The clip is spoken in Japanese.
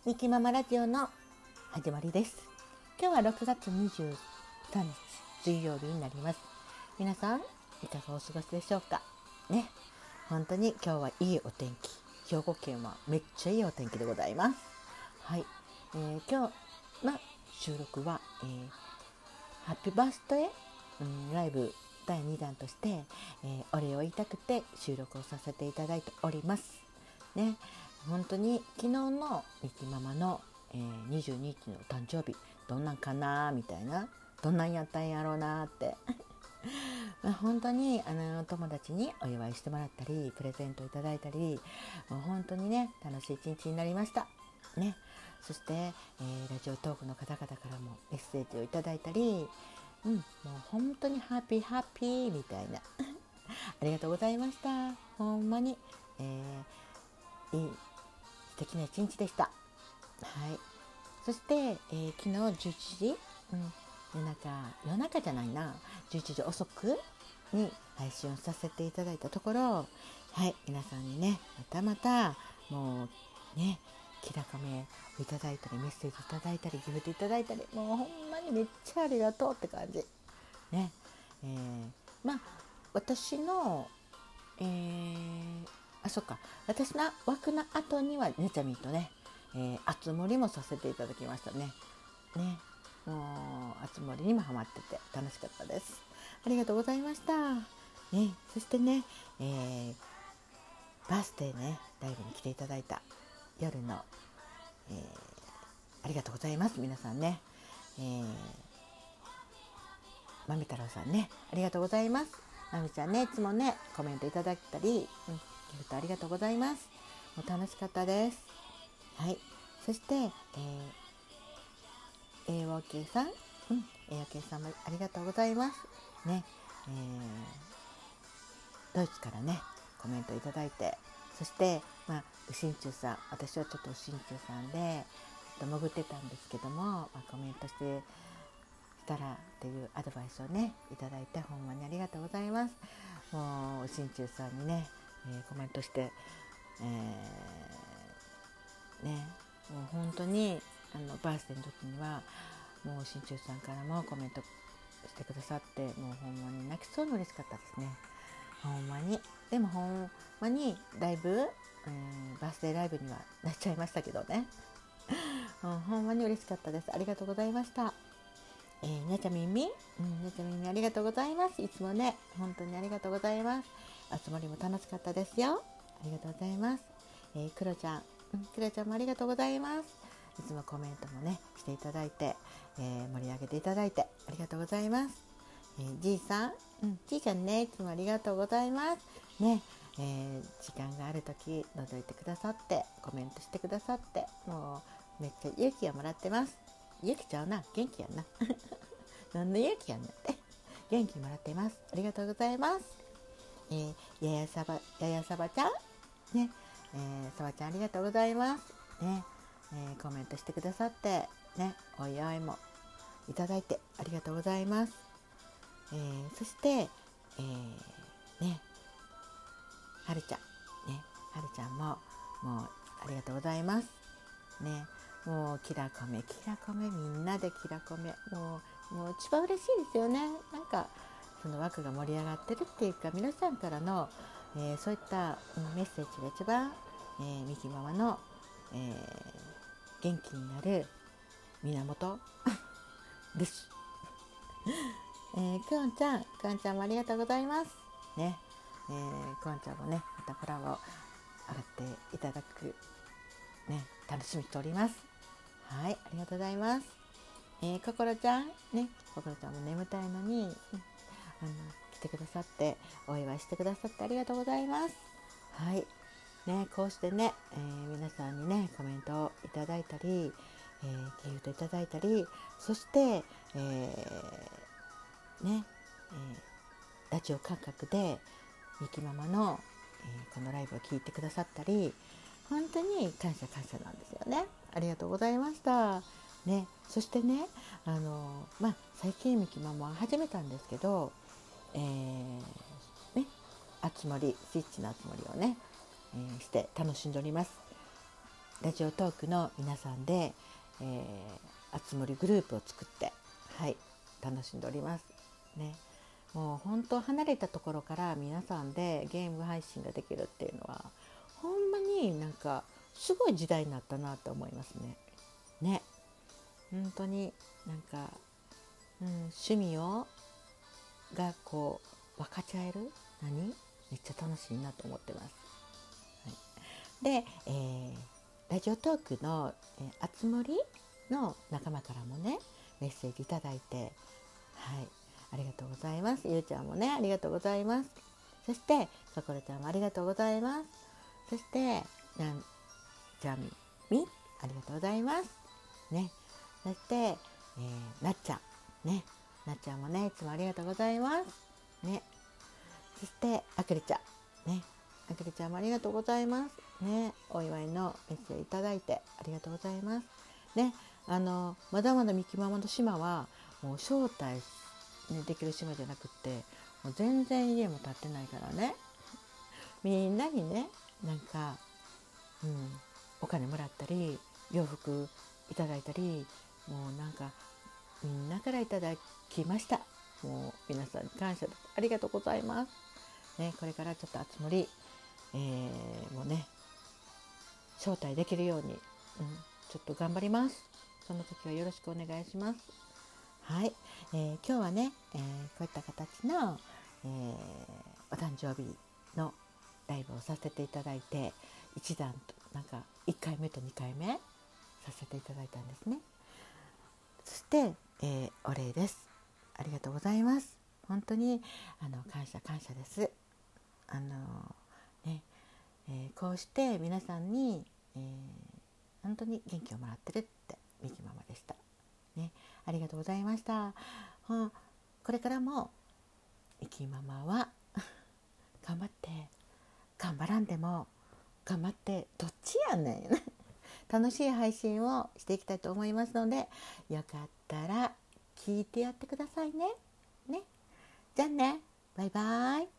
ミキママラジオの始まりです。今日は6月23日水曜日になります。皆さんいかがお過ごしでしょうかね。本当に今日はいいお天気、兵庫県はめっちゃいいお天気でございます。はい、今日の収録は、ハッピーバースデー、ライブ第2弾として、お礼を言いたくて収録をさせていただいておりますね。本当に昨日のミキママの、22日の誕生日どんなんかなみたいな、どんなんやったんやろうなって本当に友達にお祝いしてもらったりプレゼントいただいたり、もう本当にね楽しい一日になりましたね。そして、ラジオトークの方々からもメッセージをいただいたり、もう本当にハッピーみたいなありがとうございました。ほんまに、いい素敵な一日でした。はい。そして、昨日11時、夜中じゃないな、11時遅くに配信をさせていただいたところ、はい、皆さんにねまたもうねキラカメをいただいたりメッセージいただいたりギフトいただいたり、もうほんまにめっちゃありがとうって感じね。私の、そっか、私の枠の後にはねちゃみとね、あつ森もさせていただきましたね。もうあつ森にもハマってて楽しかったです。ありがとうございました。そしてね、バースデーねライブに来ていただいた夜の、ありがとうございます皆さんね。まみ太郎さんね、ありがとうございます。まみちゃんね、いつもねコメントいただいたり、ギフトありがとうございます。もう楽しかったです。はい。そして、AOK さん、AOK さんもありがとうございますね。ドイツからねコメントいただいて、そしてうしんちゅうさん、私はちょっとうしんちゅうさんで潜ってたんですけども、コメントしてしたらっていうアドバイスをねいただいて、ほんまにありがとうございます。もううしんちゅうさんにね、コメントして、もう本当にバースデーの時にはもうしんちゅうさんからもコメントしてくださって、もうほんまに泣きそうに嬉しかったですね。ほんまに。でもほんまにだいぶ、バースデーライブにはなっちゃいましたけどねほんまに嬉しかったです。ありがとうございました。ねちゃみみ、ねちゃみみありがとうございます。いつもね本当にありがとうございます。あつ森も楽しかったですよ。ありがとうございます。クロちゃん、クロちゃんもありがとうございます。いつもコメントもねしていただいて、盛り上げていただいてありがとうございます。じいさん、じいちゃんね、いつもありがとうございますね。時間がある時覗いてくださってコメントしてくださって、もうめっちゃ勇気をもらってます。勇気ちゃうな、元気やな何の勇気やんなって元気もらっています。ありがとうございます。ややさばちゃんね、さばちゃんありがとうございますね。コメントしてくださってね、お祝いもいただいてありがとうございます。そして、はるちゃんね、はるちゃんももうありがとうございますね。もうキラコメみんなでキラコメ、もう一番嬉しいですよね。なんかその枠が盛り上がってるっていうか、皆さんからの、そういった、メッセージが一番、ミキママの、元気になる源ですくんちゃんもありがとうございますね。くんちゃんもねまたコラボ上がっていただくね、楽しみにしております。はい、ありがとうございます。こころちゃんね、こころちゃんも眠たいのに、来てくださってお祝いしてくださってありがとうございます。はいね、こうしてね、皆さんにねコメントをいただいたり、ギフトいただいたり、そして、ラジオ感覚でミキママの、このライブを聞いてくださったり、本当に感謝なんですよね。ありがとうございましたね。そしてね、最近ミキママ始めたんですけど、あつ森スイッチのあつ森をね、して楽しんでおります。 ラジオトークの皆さんで、あつ森グループを作って、はい、楽しんでおりますね。もう本当離れたところから皆さんでゲーム配信ができるっていうのはほんまになんかすごい時代になったなと思いますね。本当になんか、趣味がこう分かち合えるめっちゃ楽しいなと思ってます。はい、で、ラジオトークの、あつ森の仲間からもねメッセージいただいて、はい、ありがとうございます。ゆうちゃんもねありがとうございます。そしてさころちゃんもありがとうございます。そしてなんちゃんみありがとうございますね。そして、なっちゃんね、なっちゃんもねいつもありがとうございますね。そしてあくりちゃんね、あくりちゃんもありがとうございますね。お祝いのメッセージいただいてありがとうございますね。まだまだミキママの島はもう招待、できる島じゃなくってもう全然家も建ってないからね、みんなにねなんか、お金もらったり洋服いただいたり、もうなんかみんなからいただきました。もう皆さんに感謝です。ありがとうございますね。これからちょっとあつ森、もうね招待できるように、ちょっと頑張ります。その時はよろしくお願いします。はい、今日はね、こういった形の、お誕生日のライブをさせていただいて、一段となんか1回目と2回目させていただいたんですね。そして、お礼です。ありがとうございます。本当に感謝です。こうして皆さんに、本当に元気をもらってるってミキママでしたね。ありがとうございました。これからもミキママは頑張らんでも頑張ってどっちやねん楽しい配信をしていきたいと思いますので、よかったら聞いてやってくださいね。じゃあね、バイバイ。